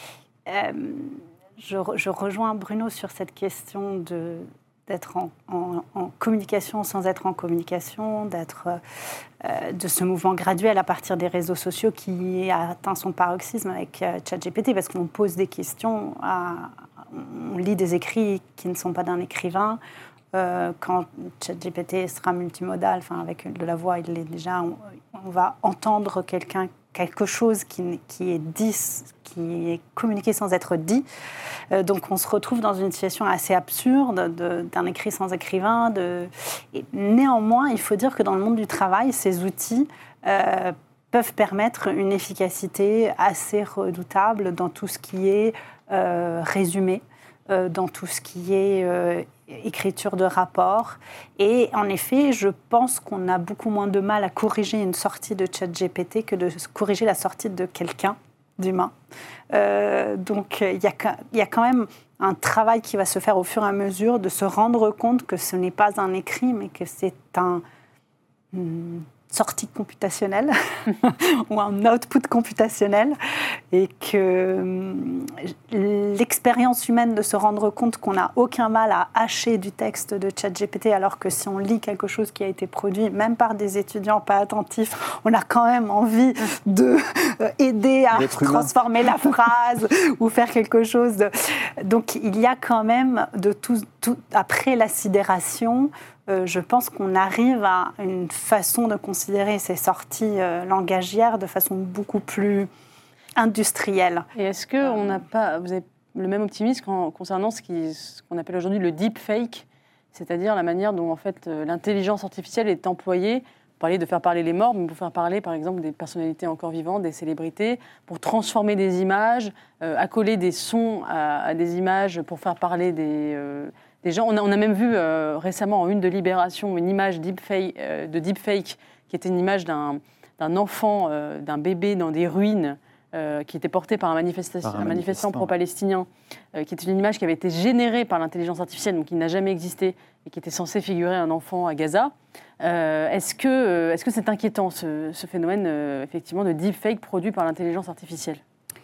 je rejoins Bruno sur cette question d'être en communication sans être en communication, de ce mouvement graduel à partir des réseaux sociaux qui a atteint son paroxysme avec ChatGPT, parce qu'on pose des questions, on lit des écrits qui ne sont pas d'un écrivain. Quand ChatGPT sera multimodal, avec de la voix, il est déjà, on va entendre quelque chose qui est dit, qui est communiqué sans être dit. Donc on se retrouve dans une situation assez absurde d'un écrit sans écrivain. Et néanmoins, il faut dire que dans le monde du travail, ces outils peuvent permettre une efficacité assez redoutable dans tout ce qui est résumé, dans tout ce qui est écriture de rapport. Et en effet, je pense qu'on a beaucoup moins de mal à corriger une sortie de ChatGPT que de corriger la sortie de quelqu'un d'humain. Donc il y a quand même un travail qui va se faire au fur et à mesure de se rendre compte que ce n'est pas un écrit, mais que c'est sortie computationnelle ou un output computationnel, et que l'expérience humaine de se rendre compte qu'on n'a aucun mal à hacher du texte de ChatGPT, alors que si on lit quelque chose qui a été produit, même par des étudiants pas attentifs, on a quand même envie de aider à transformer la phrase ou faire quelque chose de... Donc il y a quand même de tout après la sidération, je pense qu'on arrive à une façon de considérer ces sorties langagières de façon beaucoup plus industrielle. Et est-ce que vous avez le même optimisme concernant ce qu'on appelle aujourd'hui le deepfake, c'est-à-dire la manière dont en fait l'intelligence artificielle est employée pour parler de faire parler les morts, mais pour faire parler par exemple des personnalités encore vivantes, des célébrités, pour transformer des images, accoler des sons à des images pour faire parler des gens. On a même vu récemment en une de Libération une image de deepfake qui était une image d'un enfant, d'un bébé dans des ruines qui était porté par un manifestant pro-palestinien, qui était une image qui avait été générée par l'intelligence artificielle, donc qui n'a jamais existé et qui était censée figurer un enfant à Gaza. Est-ce que c'est inquiétant ce phénomène effectivement de deepfake produit par l'intelligence artificielle ?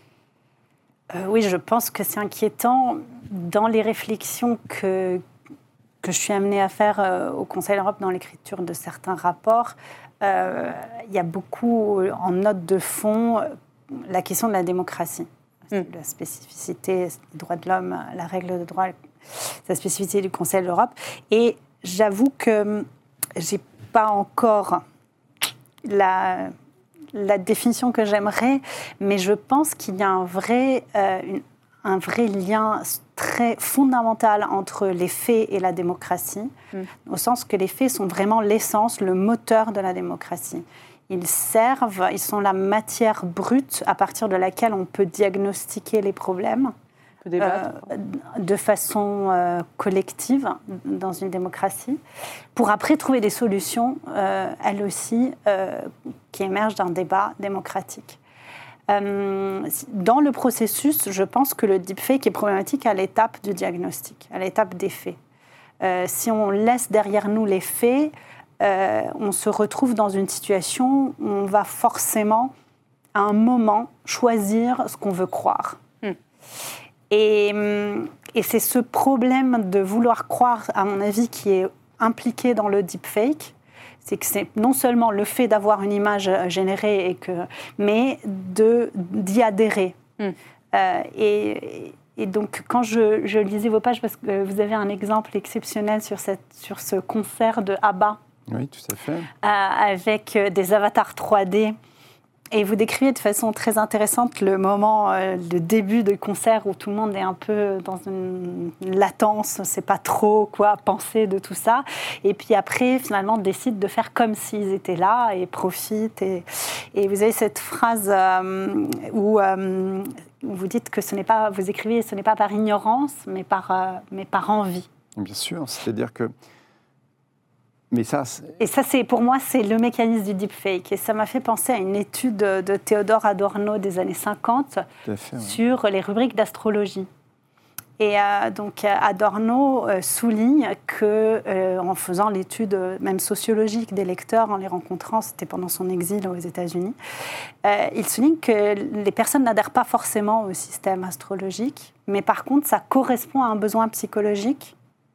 Oui, je pense que c'est inquiétant. Dans les réflexions que je suis amenée à faire au Conseil de l'Europe dans l'écriture de certains rapports, il y a beaucoup en note de fond la question de la démocratie. La spécificité des droits de l'homme, la règle de droit, la spécificité du Conseil de l'Europe. Et j'avoue que je n'ai pas encore la définition que j'aimerais, mais je pense qu'il y a un vrai lien très fondamental entre les faits et la démocratie, au sens que les faits sont vraiment l'essence, le moteur de la démocratie. Ils sont la matière brute à partir de laquelle on peut diagnostiquer les problèmes de façon collective dans une démocratie, pour après trouver des solutions, elles aussi, qui émergent d'un débat démocratique. Dans le processus, je pense que le deepfake est problématique à l'étape du diagnostic, à l'étape des faits. Si on laisse derrière nous les faits, on se retrouve dans une situation où on va forcément, à un moment, choisir ce qu'on veut croire. Et c'est ce problème de vouloir croire, à mon avis, qui est impliqué dans le deepfake. C'est que c'est non seulement le fait d'avoir une image générée, mais d'y adhérer. Et donc, quand je lisais vos pages, parce que vous avez un exemple exceptionnel sur ce concert de ABBA. Oui, tout à fait. Avec des avatars 3D. Et vous décrivez de façon très intéressante le moment, le début du concert où tout le monde est un peu dans une latence, on ne sait pas trop quoi penser de tout ça. Et puis après, finalement, décide de faire comme s'ils étaient là et profitent. Et vous avez cette phrase où vous dites que vous écrivez, ce n'est pas par ignorance, mais par envie. Bien sûr, c'est-à-dire que... Et ça, pour moi, c'est le mécanisme du deepfake. Et ça m'a fait penser à une étude de Théodore Adorno des années 50 sur les rubriques d'astrologie. Et donc Adorno souligne qu'en faisant l'étude même sociologique des lecteurs, en les rencontrant, c'était pendant son exil aux États-Unis, il souligne que les personnes n'adhèrent pas forcément au système astrologique, mais par contre, ça correspond à un besoin psychologique.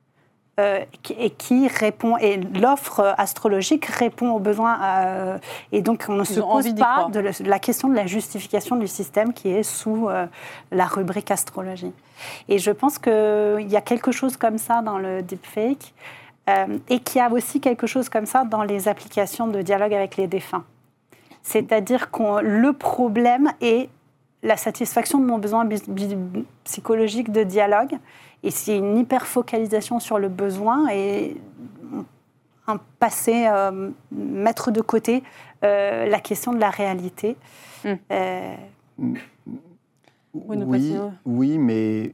Et l'offre astrologique répond aux besoins, et donc on ne se pose pas de la question de la justification du système qui est sous la rubrique astrologie. Et je pense qu'il y a quelque chose comme ça dans le deepfake, et qu'il y a aussi quelque chose comme ça dans les applications de dialogue avec les défunts. C'est-à-dire que le problème est la satisfaction de mon besoin psychologique de dialogue. Et c'est une hyper-focalisation sur le besoin et mettre de côté la question de la réalité. Oui, mais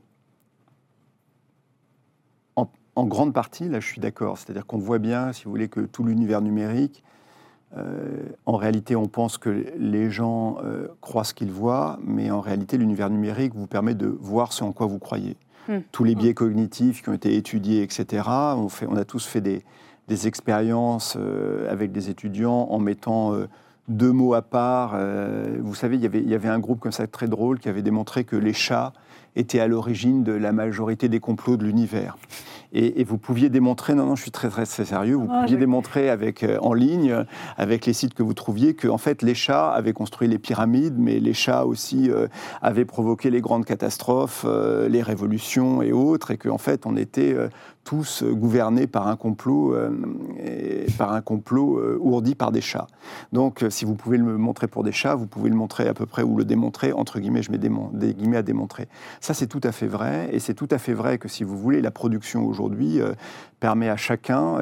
en grande partie, là, je suis d'accord. C'est-à-dire qu'on voit bien, si vous voulez, que tout l'univers numérique, en réalité, on pense que les gens croient ce qu'ils voient, mais en réalité, l'univers numérique vous permet de voir ce en quoi vous croyez. Tous les biais cognitifs qui ont été étudiés, etc. On a tous fait des expériences avec des étudiants en mettant 2 mots à part. Vous savez, il y avait un groupe comme ça très drôle qui avait démontré que les chats étaient à l'origine de la majorité des complots de l'univers. Et vous pouviez démontrer, non, je suis très, très, très sérieux, vous pouviez démontrer en ligne, avec les sites que vous trouviez, que en fait, les chats avaient construit les pyramides, mais les chats aussi avaient provoqué les grandes catastrophes, les révolutions et autres, et qu'en fait, on était tous gouvernés par un complot ourdi par des chats. Donc, si vous pouvez le montrer pour des chats, vous pouvez le montrer à peu près, ou le démontrer, entre guillemets, je mets des guillemets à démontrer. Ça, c'est tout à fait vrai, et c'est tout à fait vrai que si vous voulez, la production aujourd'hui permet à chacun,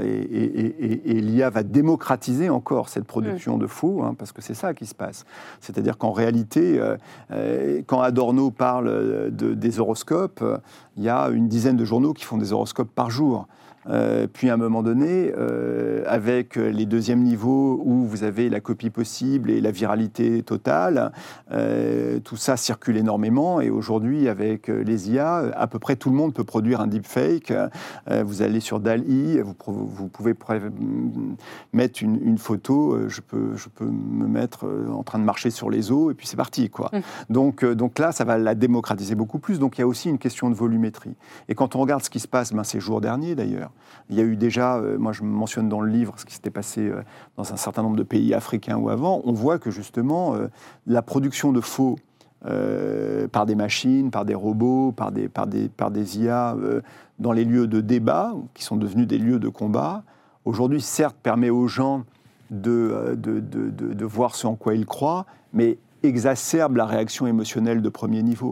et l'IA va démocratiser encore cette production de faux, parce que c'est ça qui se passe. C'est-à-dire qu'en réalité, quand Adorno parle des horoscopes, il y a une dizaine de journaux qui font des horoscopes par jour. Puis à un moment donné, avec les deuxièmes niveaux où vous avez la copie possible et la viralité totale, tout ça circule énormément. Et aujourd'hui, avec les IA, à peu près tout le monde peut produire un deepfake. Vous allez sur DALL-E, vous pouvez mettre une photo. Je peux me mettre en train de marcher sur les eaux et puis c'est parti, quoi. Donc là, ça va la démocratiser beaucoup plus. Donc il y a aussi une question de volumétrie. Et quand on regarde ce qui se passe ces jours derniers, d'ailleurs, il y a eu déjà, moi je mentionne dans le livre ce qui s'était passé dans un certain nombre de pays africains ou avant, on voit que justement la production de faux par des machines, par des robots, par des IA dans les lieux de débat, qui sont devenus des lieux de combat, aujourd'hui certes permet aux gens de voir ce en quoi ils croient, mais exacerbe la réaction émotionnelle de premier niveau.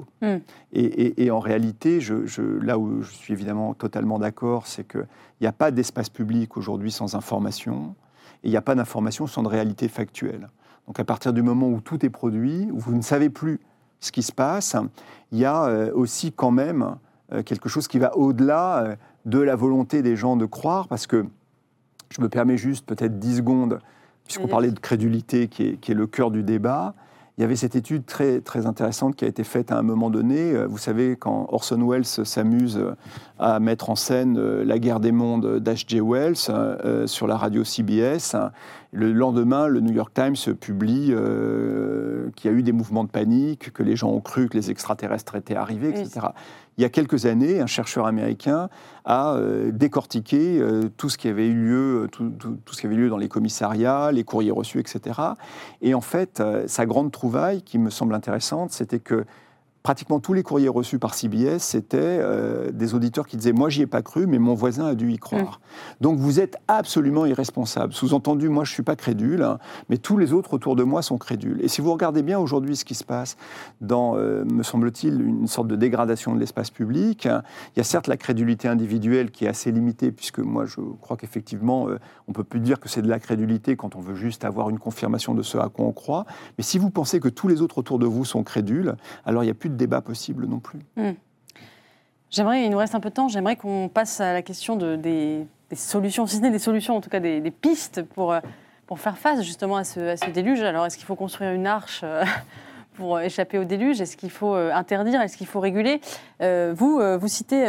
Et en réalité, là où je suis évidemment totalement d'accord, c'est qu'il n'y a pas d'espace public aujourd'hui sans information, et il n'y a pas d'information sans de réalité factuelle. Donc à partir du moment où tout est produit, où vous ne savez plus ce qui se passe, il y a aussi quand même quelque chose qui va au-delà de la volonté des gens de croire, parce que je me permets juste peut-être 10 secondes, puisqu'on parlait de crédulité qui est le cœur du débat. Il y avait cette étude très, très intéressante qui a été faite à un moment donné. Vous savez, quand Orson Welles s'amuse à mettre en scène La guerre des mondes d'H.G. Wells sur la radio CBS, le lendemain, le New York Times publie qu'il y a eu des mouvements de panique, que les gens ont cru que les extraterrestres étaient arrivés, etc. Oui. Il y a quelques années, un chercheur américain a décortiqué tout ce qui avait eu lieu, tout ce qui avait eu lieu dans les commissariats, les courriers reçus, etc. Et en fait, sa grande trouvaille, qui me semble intéressante, c'était que pratiquement tous les courriers reçus par CBS, c'était des auditeurs qui disaient « Moi, j'y ai pas cru, mais mon voisin a dû y croire. » Donc, vous êtes absolument irresponsable. Sous-entendu, moi, je suis pas crédule, mais tous les autres autour de moi sont crédules. Et si vous regardez bien aujourd'hui ce qui se passe dans, me semble-t-il, une sorte de dégradation de l'espace public, il y a certes la crédulité individuelle qui est assez limitée, puisque moi, je crois qu'effectivement, on peut plus dire que c'est de la crédulité quand on veut juste avoir une confirmation de ce à quoi on croit. Mais si vous pensez que tous les autres autour de vous sont crédules, alors il n'y a plus de débat possible non plus. J'aimerais, il nous reste un peu de temps, j'aimerais qu'on passe à la question des solutions, si ce n'est des solutions, en tout cas des pistes pour faire face justement à ce déluge. Alors, est-ce qu'il faut construire une arche pour échapper au déluge? Est-ce qu'il faut interdire? Est-ce qu'il faut réguler? Vous citez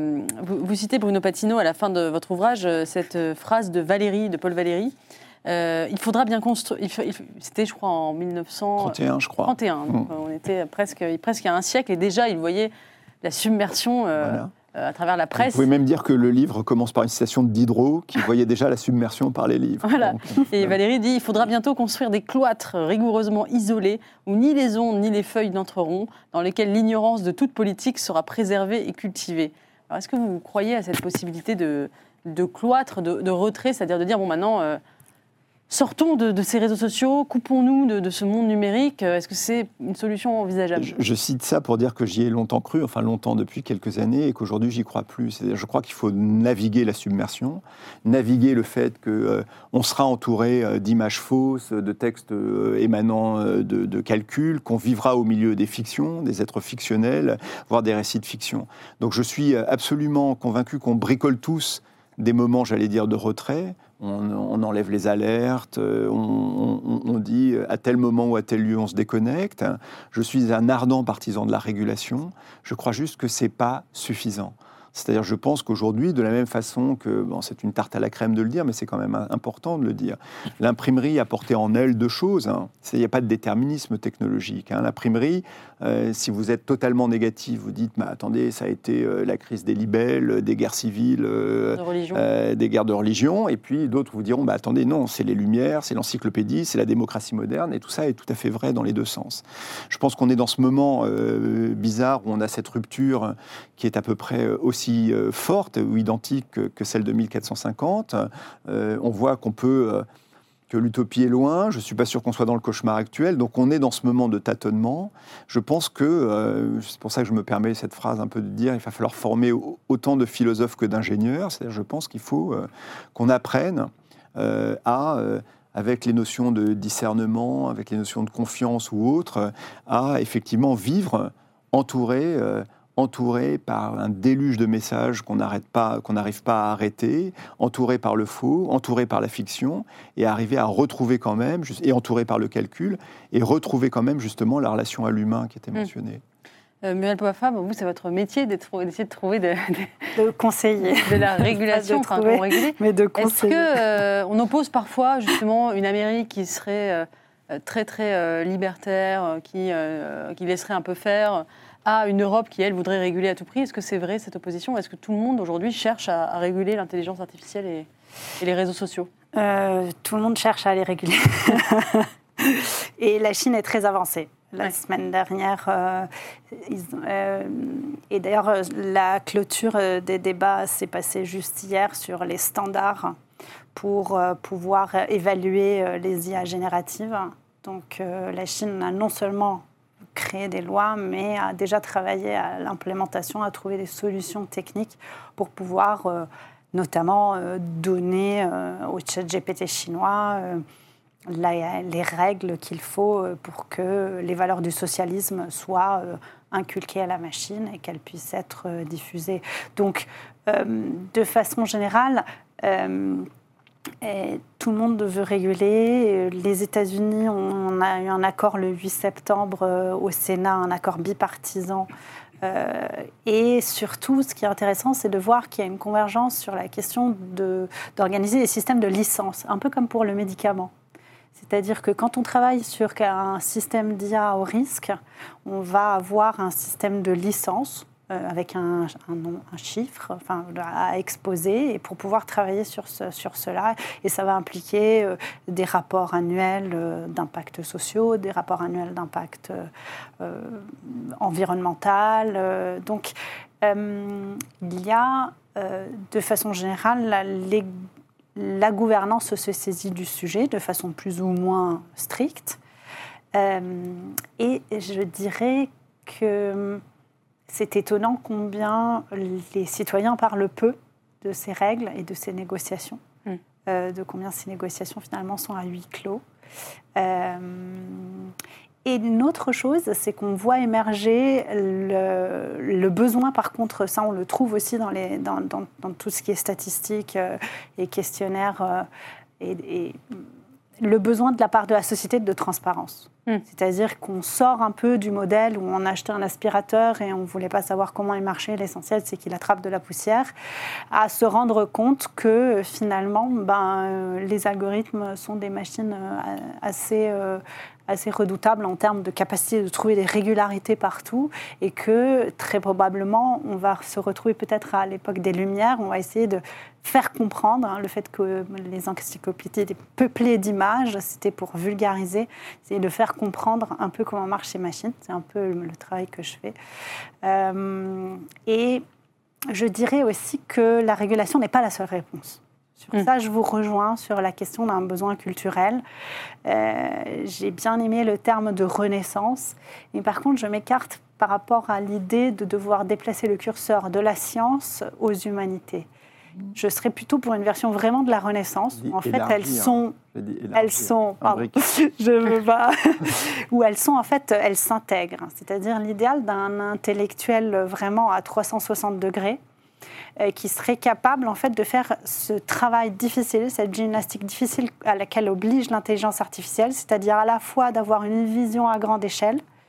Bruno Patino à la fin de votre ouvrage, cette phrase de Paul Valéry. Il faudra bien construire. C'était, je crois, en 1931, je crois. 31. Donc, on était presque à un siècle, et déjà, il voyait la submersion à travers la presse. Vous pouvez même dire que le livre commence par une citation de Diderot, qui voyait déjà la submersion par les livres. Voilà. Et Valéry dit: il faudra bientôt construire des cloîtres rigoureusement isolés, où ni les ondes ni les feuilles n'entreront, dans lesquels l'ignorance de toute politique sera préservée et cultivée. Alors, est-ce que vous croyez à cette possibilité de cloître, de retrait, c'est-à-dire de dire, bon, maintenant, sortons de ces réseaux sociaux, coupons-nous de ce monde numérique. Est-ce que c'est une solution envisageable? Je cite ça pour dire que j'y ai longtemps cru, enfin longtemps depuis quelques années, et qu'aujourd'hui j'y crois plus. C'est-à-dire, je crois qu'il faut naviguer la submersion, naviguer le fait qu'on sera entouré d'images fausses, de textes émanant de calculs, qu'on vivra au milieu des fictions, des êtres fictionnels, voire des récits de fiction. Donc je suis absolument convaincu qu'on bricole tous des moments, j'allais dire, de retrait. On enlève les alertes, on dit à tel moment ou à tel lieu on se déconnecte. Je suis un ardent partisan de la régulation. Je crois juste que ce n'est pas suffisant. C'est-à-dire, je pense qu'aujourd'hui, de la même façon que, c'est une tarte à la crème de le dire, mais c'est quand même important de le dire, l'imprimerie a porté en elle deux choses. Il n'y a pas de déterminisme technologique. L'imprimerie, si vous êtes totalement négatif, vous dites, attendez, ça a été la crise des libelles, des guerres civiles, des guerres de religion, et puis d'autres vous diront, attendez, non, c'est les Lumières, c'est l'encyclopédie, c'est la démocratie moderne, et tout ça est tout à fait vrai dans les deux sens. Je pense qu'on est dans ce moment bizarre où on a cette rupture qui est à peu près aussi forte ou identique que celle de 1450. On voit que l'utopie est loin. Je ne suis pas sûr qu'on soit dans le cauchemar actuel. Donc on est dans ce moment de tâtonnement. Je pense que, c'est pour ça que je me permets cette phrase un peu de dire, il va falloir former autant de philosophes que d'ingénieurs. C'est-à-dire, je pense qu'il faut qu'on apprenne avec les notions de discernement, avec les notions de confiance ou autres, à effectivement vivre entouré par un déluge de messages qu'on n'arrive pas à arrêter, entouré par le faux, entouré par la fiction, et arriver à retrouver quand même, et entouré par le calcul, et retrouver quand même justement la relation à l'humain qui était mentionnée. Muriel Poppa, vous, c'est votre métier d'essayer de trouver de conseiller, de la régulation, pour réguler, mais de conseiller. Est-ce qu'on oppose parfois justement une Amérique qui serait très très libertaire, qui laisserait un peu faire, à une Europe qui, elle, voudrait réguler à tout prix? Est-ce que c'est vrai, cette opposition? Est-ce que tout le monde, aujourd'hui, cherche à réguler l'intelligence artificielle et les réseaux sociaux? Tout le monde cherche à les réguler. Et la Chine est très avancée. La semaine dernière, et d'ailleurs, la clôture des débats s'est passée juste hier sur les standards pour pouvoir évaluer les IA génératives. Donc, la Chine a non seulement créer des lois, mais a déjà travaillé à l'implémentation, à trouver des solutions techniques pour pouvoir notamment donner au ChatGPT chinois les règles qu'il faut pour que les valeurs du socialisme soient inculquées à la machine et qu'elles puissent être diffusées. Donc, de façon générale, et tout le monde veut réguler. Les États-Unis, on a eu un accord le 8 septembre au Sénat, un accord bipartisan. Et surtout, ce qui est intéressant, c'est de voir qu'il y a une convergence sur la question d'organiser des systèmes de licence, un peu comme pour le médicament. C'est-à-dire que quand on travaille sur un système d'IA au risque, on va avoir un système de licence avec un chiffre à exposer et pour pouvoir travailler sur cela. Et ça va impliquer des rapports annuels d'impact sociaux, des rapports annuels d'impact environnemental. Donc, il y a, de façon générale, la gouvernance se saisit du sujet de façon plus ou moins stricte. Et je dirais que c'est étonnant combien les citoyens parlent peu de ces règles et de ces négociations, de combien ces négociations finalement sont à huis clos. Et une autre chose, c'est qu'on voit émerger le besoin, par contre, ça on le trouve aussi dans tout ce qui est statistique et questionnaires, et le besoin de la part de la société de transparence. C'est-à-dire qu'on sort un peu du modèle où on achetait un aspirateur et on ne voulait pas savoir comment il marchait, l'essentiel c'est qu'il attrape de la poussière, à se rendre compte que finalement les algorithmes sont des machines assez redoutables en termes de capacité de trouver des régularités partout et que très probablement on va se retrouver peut-être à l'époque des Lumières, on va essayer de faire comprendre le fait que les encyclopédies étaient peuplées d'images, c'était pour vulgariser, c'est de faire comprendre un peu comment marchent ces machines, c'est un peu le travail que je fais. Et je dirais aussi que la régulation n'est pas la seule réponse. Sur ça, je vous rejoins sur la question d'un besoin culturel. J'ai bien aimé le terme de renaissance, mais par contre, je m'écarte par rapport à l'idée de devoir déplacer le curseur de la science aux humanités. Je serais plutôt pour une version vraiment de la Renaissance. En fait, elles sont, pardon, je veux pas, où elles s'intègrent. C'est-à-dire l'idéal d'un intellectuel vraiment à 360 degrés, qui serait capable en fait de faire ce travail difficile, cette gymnastique difficile à laquelle oblige l'intelligence artificielle, c'est-à-dire à la fois d'avoir une vision à grande échelle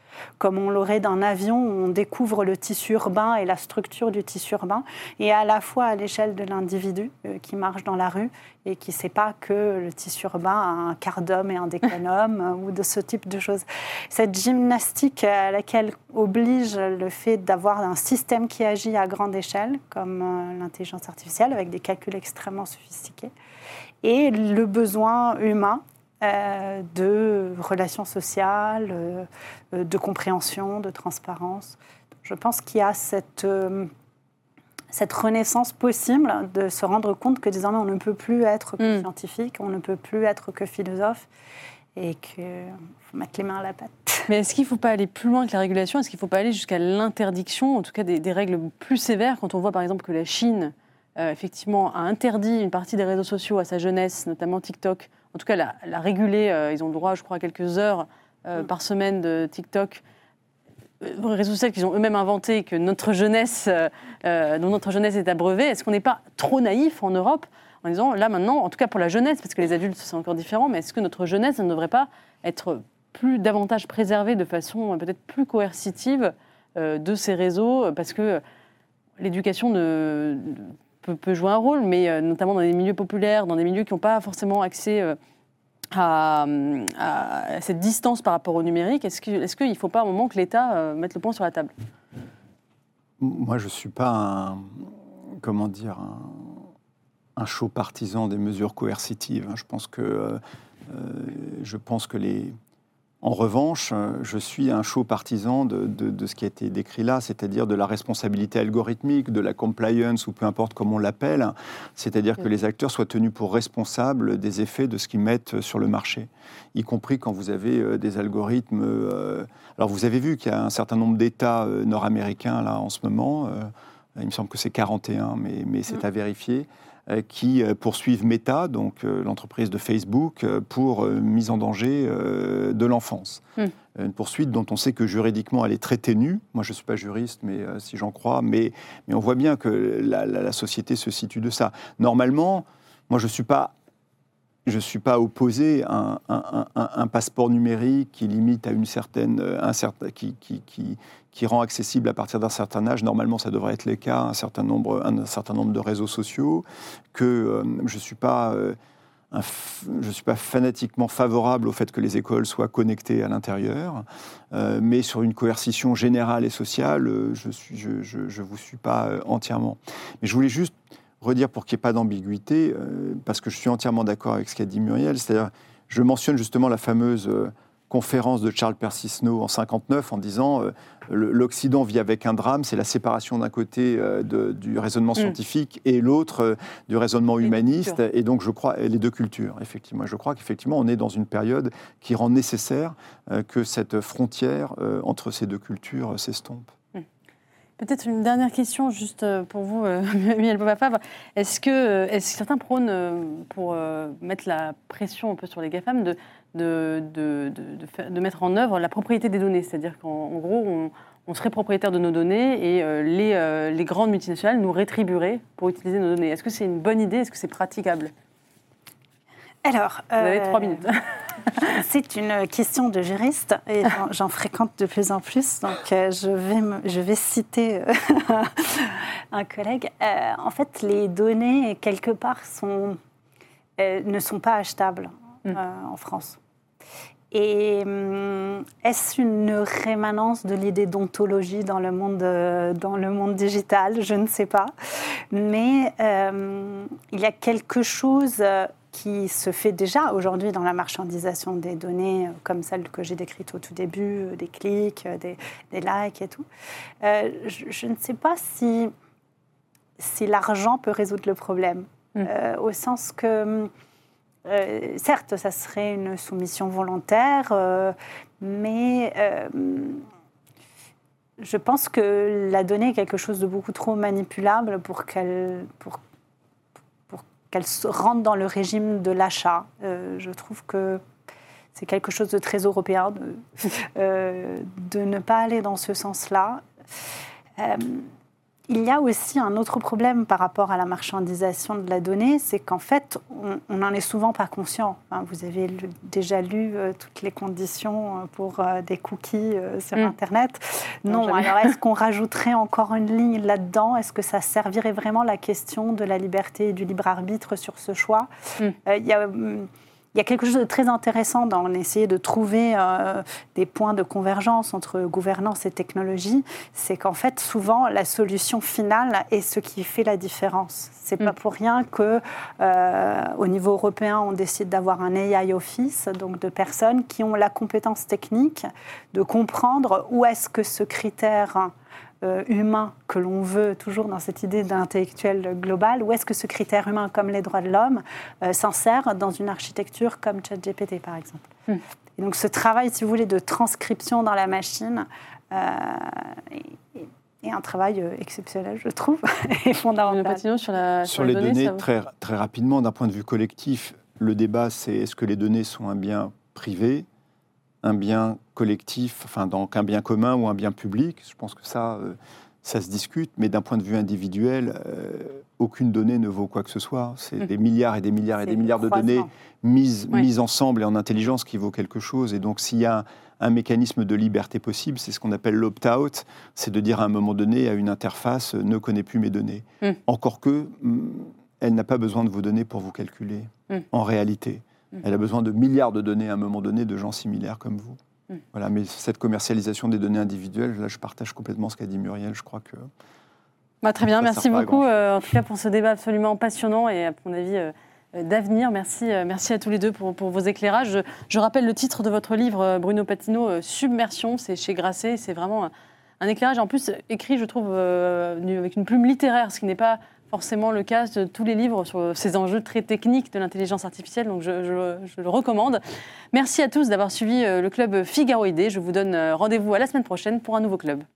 comme on l'aurait d'un avion où on découvre le tissu urbain et la structure du tissu urbain, et à la fois à l'échelle de l'individu qui marche dans la rue et qui ne sait pas que le tissu urbain a un quart d'homme et un décanum ou de ce type de choses. Cette gymnastique à laquelle oblige le fait d'avoir un système qui agit à grande échelle, comme l'intelligence artificielle, avec des calculs extrêmement sophistiqués, et le besoin humain de relations sociales, de compréhension, de transparence. Je pense qu'il y a cette renaissance possible de se rendre compte que désormais on ne peut plus être que scientifique, on ne peut plus être que philosophe et qu'il faut mettre les mains à la pâte. Mais est-ce qu'il ne faut pas aller plus loin que la régulation ? Est-ce qu'il ne faut pas aller jusqu'à l'interdiction, en tout cas des règles plus sévères, quand on voit par exemple que la Chine effectivement a interdit une partie des réseaux sociaux à sa jeunesse, notamment TikTok. En tout cas, l'a régulé. Ils ont le droit, je crois, à quelques heures par semaine de TikTok. Réseaux sociaux qu'ils ont eux-mêmes inventés, que notre jeunesse, dont notre jeunesse est abreuvée. Est-ce qu'on n'est pas trop naïf en Europe en disant, là maintenant, en tout cas pour la jeunesse, parce que les adultes c'est encore différent, mais est-ce que notre jeunesse ne devrait pas être davantage préservée de façon peut-être plus coercitive de ces réseaux, parce que l'éducation peut jouer un rôle, mais notamment dans des milieux populaires, dans des milieux qui n'ont pas forcément accès à cette distance par rapport au numérique. Est-ce qu'il ne faut pas à un moment que l'État mette le point sur la table ? Moi, je ne suis pas un chaud partisan des mesures coercitives. Je pense que En revanche, je suis un chaud partisan de ce qui a été décrit là, c'est-à-dire de la responsabilité algorithmique, de la compliance, ou peu importe comment on l'appelle, c'est-à-dire que les acteurs soient tenus pour responsables des effets de ce qu'ils mettent sur le marché, y compris quand vous avez des algorithmes. Alors vous avez vu qu'il y a un certain nombre d'États nord-américains là en ce moment, il me semble que c'est 41, mais c'est à vérifier, qui poursuivent Meta, donc l'entreprise de Facebook, pour mise en danger de l'enfance. Une poursuite dont on sait que juridiquement elle est très ténue. Moi je ne suis pas juriste, mais si j'en crois, mais on voit bien que la société se situe de ça. Normalement, moi je ne suis pas opposé à un passeport numérique qui limite à qui rend accessible à partir d'un certain âge. Normalement, ça devrait être le cas, un certain nombre de réseaux sociaux, que je ne suis pas fanatiquement favorable au fait que les écoles soient connectées à l'intérieur, mais sur une coercition générale et sociale, je vous suis pas entièrement. Mais je voulais juste redire, pour qu'il n'y ait pas d'ambiguïté, parce que je suis entièrement d'accord avec ce qu'a dit Muriel, c'est-à-dire, je mentionne justement la fameuse conférence de Charles Percy Snow en 1959 en disant l'Occident vit avec un drame, c'est la séparation d'un côté du raisonnement scientifique et l'autre du raisonnement humaniste, et donc je crois, les deux cultures, effectivement. Je crois qu'effectivement on est dans une période qui rend nécessaire que cette frontière entre ces deux cultures s'estompe. Peut-être une dernière question, juste pour vous, Muriel Popa-Favre. Est-ce que certains prônent, pour mettre la pression un peu sur les GAFAM, de mettre en œuvre la propriété des données ? C'est-à-dire qu'en gros, on serait propriétaire de nos données et les grandes multinationales nous rétribueraient pour utiliser nos données. Est-ce que c'est une bonne idée ? Est-ce que c'est praticable ? Alors, vous avez 3 minutes. C'est une question de juriste et j'en fréquente de plus en plus, donc je vais citer un collègue. En fait, les données, quelque part, ne sont pas achetables en France. Et est-ce une rémanence de l'idée d'ontologie dans le monde digital ? Je ne sais pas. Mais il y a quelque chose qui se fait déjà aujourd'hui dans la marchandisation des données, comme celle que j'ai décrite au tout début, des clics, des likes et tout. Je ne sais pas si l'argent peut résoudre le problème, au sens que, certes, ça serait une soumission volontaire, mais je pense que la donnée est quelque chose de beaucoup trop manipulable pour qu'elle rentre dans le régime de l'achat. Je trouve que c'est quelque chose de très européen de ne pas aller dans ce sens-là. il y a aussi un autre problème par rapport à la marchandisation de la donnée, c'est qu'en fait, on n'en est souvent pas conscient. Enfin, vous avez déjà lu toutes les conditions pour des cookies sur Internet. Non, alors est-ce qu'on rajouterait encore une ligne là-dedans? Est-ce que ça servirait vraiment la question de la liberté et du libre arbitre sur ce choix? Il y a quelque chose de très intéressant dans essayer de trouver des points de convergence entre gouvernance et technologie. C'est qu'en fait, souvent, la solution finale est ce qui fait la différence. C'est pas pour rien que, au niveau européen, on décide d'avoir un AI Office, donc de personnes qui ont la compétence technique de comprendre où est-ce que ce critère humain que l'on veut, toujours dans cette idée d'intellectuel global, où est-ce que ce critère humain, comme les droits de l'homme, s'insère dans une architecture comme ChatGPT, par exemple. Et donc ce travail, si vous voulez, de transcription dans la machine est un travail exceptionnel, je trouve, et fondamental. Sur les données, très rapidement, d'un point de vue collectif, le débat, c'est est-ce que les données sont un bien privé, un bien collectif, enfin donc un bien commun ou un bien public. Je pense que ça se discute, mais d'un point de vue individuel, aucune donnée ne vaut quoi que ce soit. C'est des milliards et des milliards et des milliards de données mises ensemble et en intelligence qui vaut quelque chose. Et donc s'il y a un mécanisme de liberté possible, c'est ce qu'on appelle l'opt-out, c'est de dire à un moment donné à une interface ne connaît plus mes données. Encore que elle n'a pas besoin de vos données pour vous calculer, en réalité. Elle a besoin de milliards de données à un moment donné de gens similaires comme vous. Voilà, mais cette commercialisation des données individuelles, là, je partage complètement ce qu'a dit Muriel. Je crois que... très bien, merci beaucoup en tout cas pour ce débat absolument passionnant et à mon avis d'avenir. Merci à tous les deux pour vos éclairages. Je rappelle le titre de votre livre, Bruno Patino, Submersion, c'est chez Grasset. C'est vraiment un éclairage, en plus écrit, je trouve, avec une plume littéraire, ce qui n'est pas forcément le cas de tous les livres sur ces enjeux très techniques de l'intelligence artificielle, donc je le recommande. Merci à tous d'avoir suivi le club Figaro Idées. Je vous donne rendez-vous à la semaine prochaine pour un nouveau club.